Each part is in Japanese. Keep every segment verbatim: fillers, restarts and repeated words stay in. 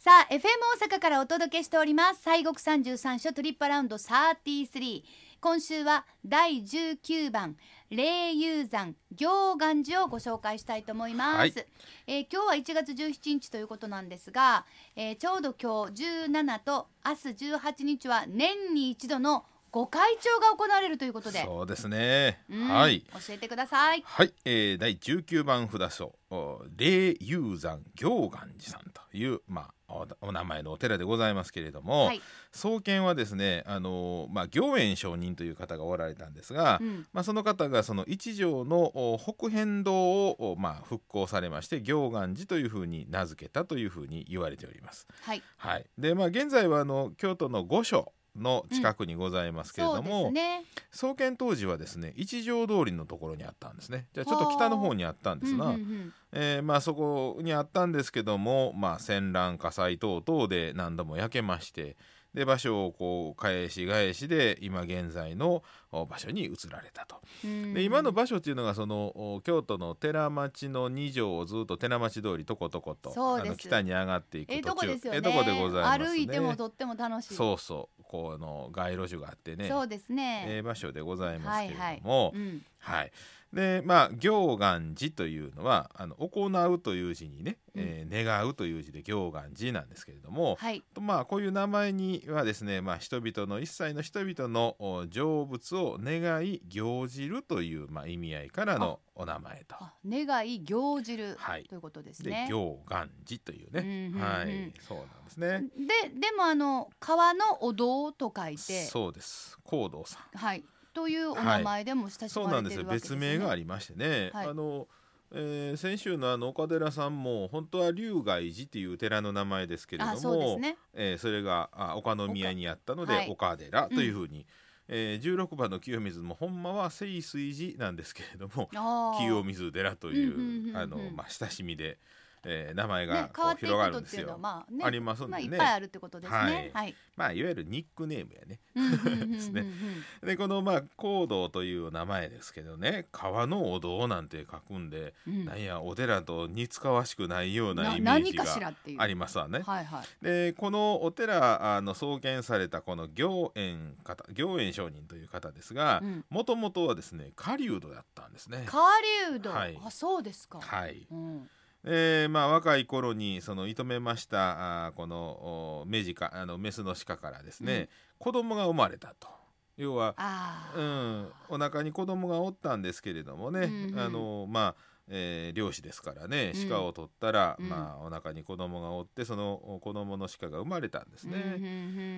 さあ エフエム 大阪からお届けしております西国三十三所トリップアラウンドさんじゅうさん。今週はだいじゅうきゅうばん霊遊山行願寺をご紹介したいと思います、はいえー、今日はいちがつじゅうしちにちということなんですが、えー、ちょうど今日じゅうしちと明日じゅうはちにちは年に一度のご開帳が行われるということで、 そうですね、 うん、 はい教えてください。 はい、えー、だいじゅうきゅうばん札所霊遊山行願寺さんという、まあ、お, お名前のお寺でございますけれども、はい、創建はですね、あのまあ、行円上人という方がおられたんですが、うんまあ、その方がその一条の北遍道を、まあ、復興されまして行願寺というふうに名付けたというふうに言われております。 はいはい、でまあ、現在はあの京都の御所の近くにございますけれども、うんそうですね、創建当時はですね一条通りのところにあったんですね。じゃあちょっと北の方にあったんですが、うんうんうんえーまあ、そこにあったんですけども、まあ、戦乱火災等々で何度も焼けまして、で場所をこう返し返しで今現在の場所に移られたと。で今の場所っていうのがその京都の寺町のに条をずっと寺町通りとことことあの北に上がっていく途中、 ええとこですよね。 ええとこでございますね。 歩いてもとっても楽しい。 そうそうこの街路樹があってね、 そうですね、 ええ場所でございますけれども、 はいはいうんはいでまあ、行願寺というのはあの行うという字にね、うんえー、願うという字で行願寺なんですけれども、はいまあ、こういう名前にはですね、まあ、人々の一切の人々の成仏を願い行じるという、まあ、意味合いからのお名前と。 願い行じる、 はい、 ということですね。 で行願寺というね、うんうんうん、はいそうなんですね。 ででもあの川のお堂と書いてそうです弘道さん、 はいというお名前でも親しまれているわけですね。 そうなんですよ。別名がありましてね、はい、あのえー、先週のあの岡寺さんも本当は龍外寺という寺の名前ですけれども、 そうですね、 えー、それがあ岡宮にあったので 岡,、はい、岡寺というふうに、うんえー、じゅうろくばんの清水もほんまは清水寺なんですけれども清水寺という、うんうんうんうん、あのまあ、親しみでえー、名前がこう広がるんですよ。 まあね、 ありますんでね、 まあ、いっぱいあるってことですね。はいはいまあ、いわゆるニックネームやね。ですね。でこのまあ弘道という名前ですけどね、川のお堂なんて書くんで、うん、なんやお寺と似つかわしくないようなイメージがありますわね。はいはい、でこのお寺あの創建されたこの行円方行円上人という方ですが、もともとはですね狩人だったんですね。 狩人、はい、あそうですか。 はい。うんえーまあ、若い頃にその射止めましたあこのメジカあのメスの鹿からですね、うん、子供が生まれたと。要は、うん、お腹に子供がおったんですけれどもね、うんうん、あのまあえー、漁師ですからね、鹿を取ったら、うんまあ、お腹に子供がおってその子供の鹿が生まれたんですね、うんうんうん、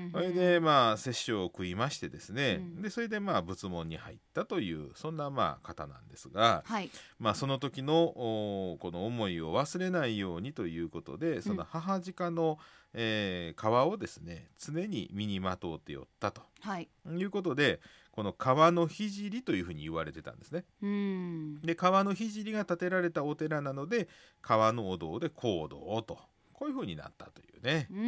それでまあ殺生を食いましてですね、うん、でそれでまあ仏門に入ったというそんなまあ方なんですが、はいまあ、その時のこの思いを忘れないようにということでその母鹿の、えー、皮をですね常に身にまとっておったと、はい、いうことでこの川の聖というふうに言われてたんですね。うんで川の聖が建てられたお寺なので川のお堂で弘道とこういうふうになったというね。 うん、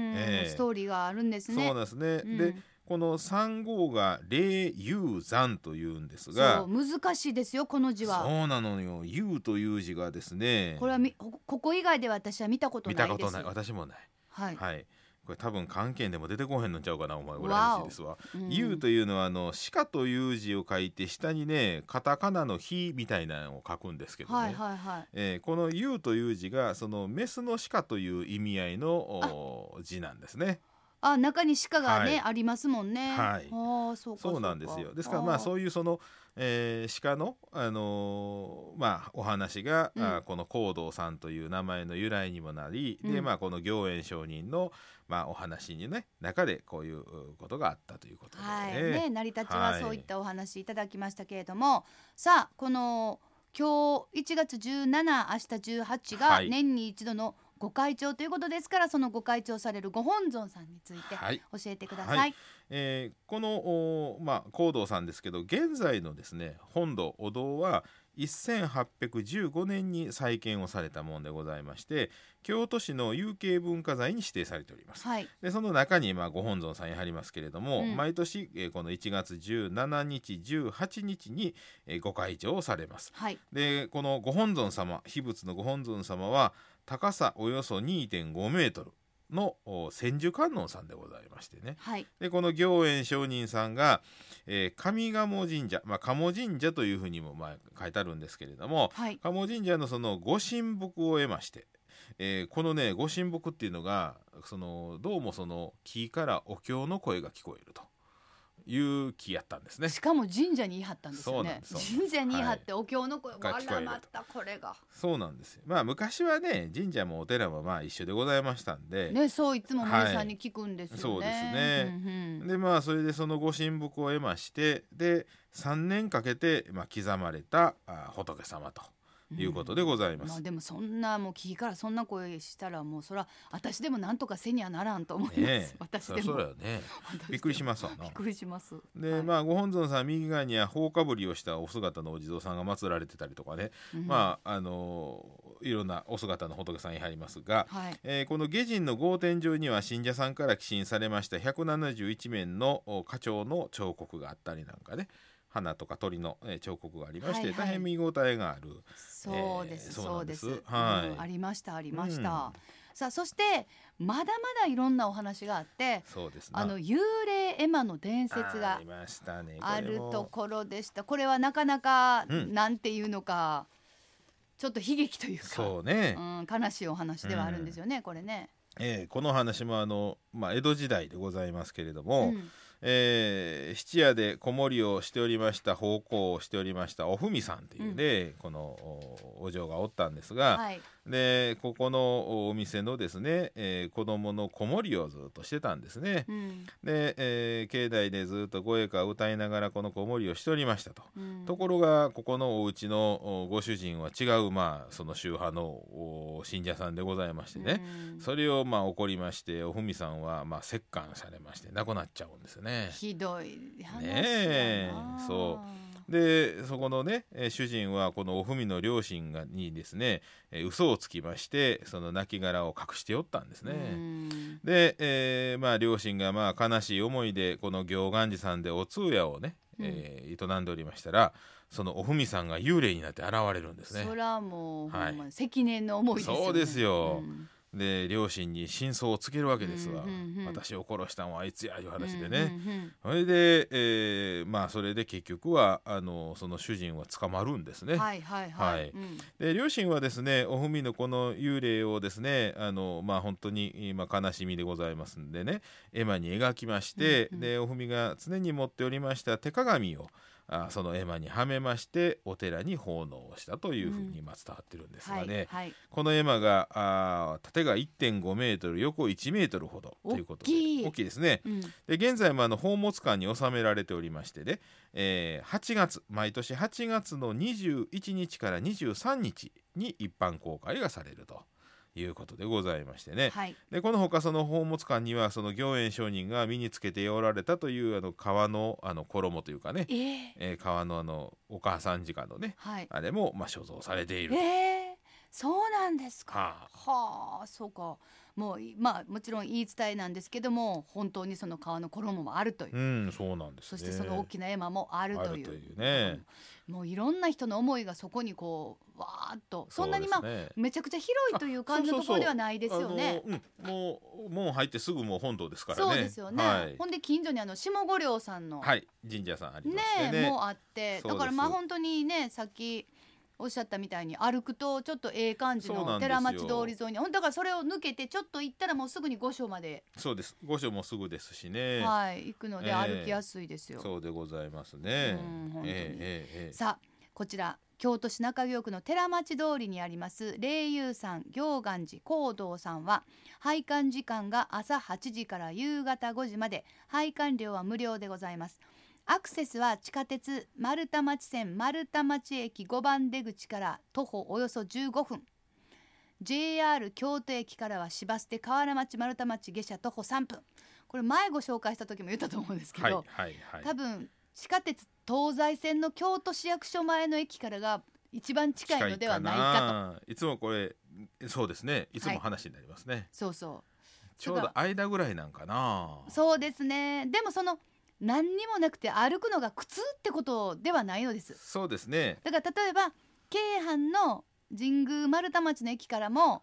えー、ストーリーがあるんですね。 そうなんですね、うん、でこのさん号が霊遊山というんですが、 そう難しいですよこの字は。 そうなのよ。遊という字がですね、 これはみここ以外で私は見たことないです。 見たことない。私もない。はい、はいこれ多分漢検でも出てこへんのちゃうかな思いぐらいらしいですわ。ゆうというのはあの鹿という字を書いて下にねカタカナの火みたいなのを書くんですけどね、はいはいはいえー、このゆうという字がそのメスの鹿という意味合いの字なんですね。 あ中に鹿がね、はい、ありますもんね。 はい、あそうかそうなんですよ。ですからまあそういうその、えー、鹿の、あのー、まあお話が、うん、あこの弘道さんという名前の由来にもなり、うん、でまあこの行円上人のまあお話にね中でこういうことがあったということで、 はいね、成り立ちはそういったお話いただきましたけれども、はい、さあこの今日いちがつじゅうしち、明日じゅうはちが年に一度のご開帳ということですから、そのご開帳されるご本尊さんについて教えてください。はいはいえー、この、まあ、弘道さんですけど現在のですね本堂お堂はせんはっぴゃくじゅうごねんに再建をされたものでございまして、京都市の有形文化財に指定されております、はい、でその中にまあご本尊さんやはりますけれども、うん、毎年、えー、このいちがつじゅうしちにちじゅうはちにちに、えー、ご開帳をされます、はい、でこのご本尊様秘仏のご本尊様は高さおよそ にてんごメートルの千手観音さんでございましてね、 はい、 でこの行円上人さんが、えー、上賀茂神社、まあ、賀茂神社というふうにもまあ書いてあるんですけれども、 はい、 賀茂神社のそのご神木を得まして、えー、このねご神木っていうのがそのどうもその木からお経の声が聞こえるという木やったんですね。 しかも神社に言い張ったんですよね。 そうなんです神社に言い張ってお経の声がが聞こえるとまたこれがそうなんですよ。まあ昔はね神社もお寺もまあ一緒でございましたんで、 ね、そういつも森さんに聞くんですよね、 そうですね、 うんうん、 でまあそれでそのご神木を得ましてでさんねんかけて、まあ、刻まれたあ仏様ということでございます、うん、 まあ、でもそんなもう木からそんな声したらもうそら私でもなんとかせにはならんと思います、ね、私でもそうだよねびっくりしますわなびっくりしますで、 はい、 まあご本尊さん右側には頬かぶりをしたお姿のお地蔵さんが祀られてたりとかね、うん、まああのいろんなお姿の仏さんに入りますが、はい、えー、この下神の豪天上には信者さんから寄進されましたひゃくななじゅういちめんの花鳥の彫刻があったりなんかね、花とか鳥の、えー、彫刻がありまして、はいはい、大変見応えがある。 そうです、えー、そうです、 はい、 うん、ありましたありました、うん、さあそしてまだまだいろんなお話があって、 そうですね、 あの幽霊絵馬の伝説がありましたね、 あるところでした。これはなかなか、うん、なんていうのかちょっと悲劇というか、 そうね、 うん、悲しいお話ではあるんですよね、うん、これね、 えー、この話もあの、まあ、江戸時代でございますけれども、うん、えー、質屋で子守をしておりました奉公をしておりましたおふみさんというね、うん、この お, お嬢がおったんですが、はい、でここのお店のですね、えー、子供の子守をずっとしてたんですね、うん、で、えー、境内でずっとご栄歌を歌いながらこの子守をしておりましたと、うん、ところがここのお家のご主人は違う、まあ、その宗派の信者さんでございましてね、うん、それをまあ怒りましておふみさんはまあ折檻されまして亡くなっちゃうんですよね。 ひどい話だな、 ね、そうでそこのね主人はこのおふみの両親がにですね嘘をつきましてその亡骸を隠しておったんですね。で、えーまあ、両親がまあ悲しい思いでこの行願寺さんでお通夜をね、うん、えー、営んでおりましたらそのおふみさんが幽霊になって現れるんですね。 それはもう、はい、ほんま積年の思いですよね。 そうですよ、うん、で両親に真相をつけるわけですわ、うんうんうん、私を殺したのはあいつやいう話でね、うんうんうん、それで、えー、まあそれで結局はあのその主人は捕まるんですね。 はいはいはい、はい、 うん、で両親はですねおふみのこの幽霊をですねあのまあ本当に、まあ、悲しみでございますんでね絵馬に描きまして、うんうん、でおふみが常に持っておりました手鏡をあその絵馬にはめましてお寺に奉納をしたというふうにまあ伝わってるんですがね、うんはいはい、この絵馬があ縦が いってんごメートル横いちメートルほどということで大きいですね、うん、で現在もあの宝物館に収められておりましてね、えー、はちがつ毎年はちがつのにじゅういちにちからにじゅうさんにちに一般公開がされるということでございましてね、はい、でこのほかその宝物館にはその行円上人が身につけておられたというあの革のあの衣というかね、えーえー、革のあのお母さん直のね、はい、あれもまあ所蔵されていると、 えー、そうなんですか。はあ、はあ、そうか。もうまあもちろん言い伝えなんですけども本当にその革の衣もあるという、 うん、そうなんですね。 そしてその大きな絵馬もあるという、 あるというね、 もういろんな人の思いがそこにこうわーっとそんなにまあ、ね、めちゃくちゃ広いという感じのところではないですよね。 そうそうそう、もう門入ってすぐもう本堂ですからね。 そうですよね、はい、ほんで近所にあの下五稜さんの、 はい、神社さんありましてね、 ねもうあってだからまあ本当にねさっきおっしゃったみたいに歩くとちょっとええ感じの寺町通り沿いにだからそれを抜けてちょっと行ったらもうすぐに御所まで。 そうです、御所もすぐですしね、 はい、行くので歩きやすいですよ、 えー、そうでございますね。うん本当に、 えーえー、さあこちら京都市中京区の寺町通りにあります霊友山行願寺講堂さんは拝観時間が朝はちじから夕方ごじまで拝観料は無料でございます。アクセスは地下鉄丸太町線丸太町駅ごばん出口から徒歩およそじゅうごふん ジェイアール 京都駅からは市バスで河原町丸太町下車徒歩さんぷん。これ前ご紹介した時も言ったと思うんですけど、はいはいはい、多分地下鉄東西線の京都市役所前の駅からが一番近いのではないかと。いつもこれそうですね、いつも話になりますね、はい、 そうそうちょうど間ぐらいなんかな。 そうですね。でもその何にもなくて歩くのが苦痛ってことではないのです。 そうですね。 だから例えば京阪の神宮丸太町の駅からも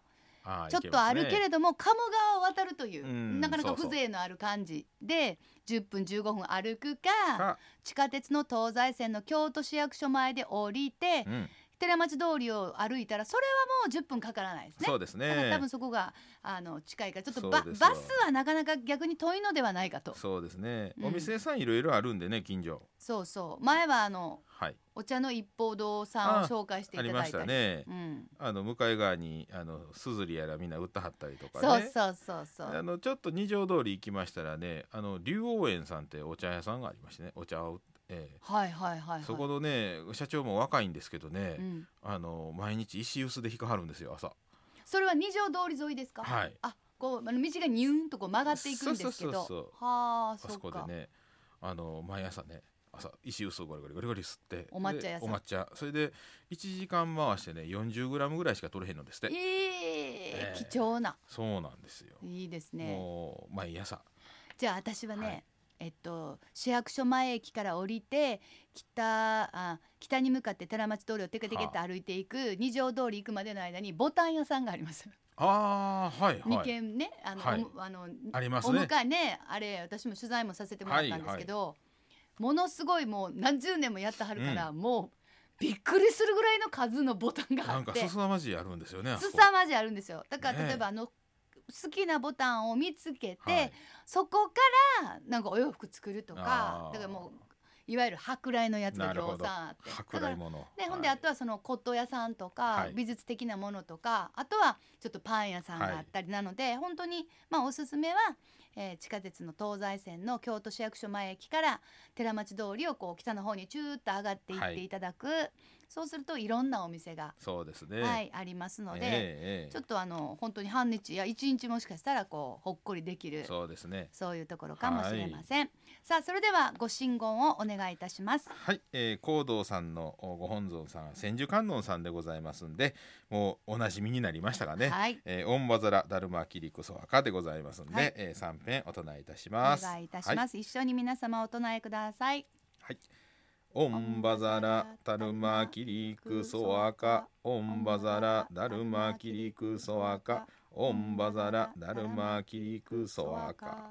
ちょっとあるけれども、鴨川を渡るという、 うん、 なかなか風情のある感じでじゅっぷんじゅうごふん歩くか、 か地下鉄の東西線の京都市役所前で降りて、 うん、 寺町通りを歩いたらそれはもうじゅっぷんかからないですね。 そうですね。 だから多分そこがあの近いからちょっとバ、 そうですよバスはなかなか逆に遠いのではないかと。 そうですね、 うんお店屋さんいろいろあるんでね、近所。 そうそう、前はあのはい、 お茶の一方堂さんを紹介していただいたり、 ありましたね、 うん、 あの向かい側にあのすずりやらみんな売ったはったりとかね。 そうそうそうそう、 あのちょっと二条通り行きましたらね、あの竜王園さんってお茶屋さんがありましてね、お茶を売って、ええ、 はいはいはいはい、 そこのね社長も若いんですけどね、 うん、 あの毎日石臼で引かはるんですよ、朝。 それは二条通り沿いですか？ はい、 あ、こうあの道がニューンとこう曲がっていくんですけど、 そうそうそうそう、 はあ、 あそそっか、 こでね、あの毎朝ね、朝石臼をゴリゴリゴリゴリ吸って、 お抹茶屋さん、 お抹茶、それでいちじかん回してね よんじゅうグラム ぐらいしか取れへんのですって。 えーえー貴重な、 そうなんですよ。 いいですね。 もう毎朝。 じゃあ私はね、 はい、 えっと市役所前駅から降りて北あ北に向かって寺町通りをテケテケって歩いていく二条通り行くまでの間にボタン屋さんがあります。 ああ、はいはい。 に軒ね、あの、 はいおあのありますおね。 迎えね、あれ私も取材もさせてもらったんですけど、ものすごいもう何十年もやってはるから、もうびっくりするぐらいの数のボタンがあって、 なんかすさまじいあるんですよね。あそこすさまじいあるんですよ。だからねえ例えばあの好きなボタンを見つけて、 はい、 そこからなんかお洋服作るとか、 あーだからもういわゆる舶来のやつがぎょうさんあって、 舶来物。 で、 はい、 ほんであとはその骨董屋さんとか、 はい、 美術的なものとか、あとはちょっとパン屋さんがあったりなので、本当にまあおすすめは、えー地下鉄の東西線の京都市役所前駅から寺町通りをこう北の方にチューッと上がっていっていただく、そうするといろんなお店が、 そうですね。 はい、ありますので、 ええええちょっとあの本当に半日や一日もしかしたらこうほっこりできる、 そうですね。 そういうところかもしれません。さあそれではご神言をお願いいたします。 はい、えー、高堂さんのおご本尊さんは千手観音さんでございますんで、もうおなじみになりましたがね、 はい、 えー、オンバザラダルマキリクソアカでございますんで、 はい、 えー、三遍お唱えいたしおます。 願いいたします、はい、一緒に皆様お唱えください。 はい、オンバザラダルマキリクソアカ、オンバザラダルマキリクソアカ、オンバザラダルマキリクソアカ。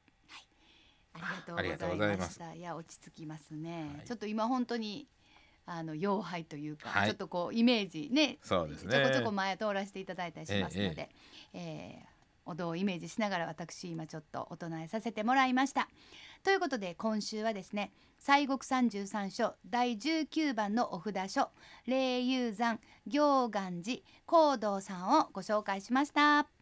ありがとうございました。いや落ち着きますね、はい、ちょっと今本当にあの妖拝というか、はい、ちょっとこうイメージね、 そうですね、 ちょこちょこ前通らせていただいたりしますので、えええー、お堂をイメージしながら私今ちょっとお唱えさせてもらいました。ということで今週はですね、西国三十三所だいじゅうきゅうばんのお札書霊雄山行願寺高堂さんをご紹介しました。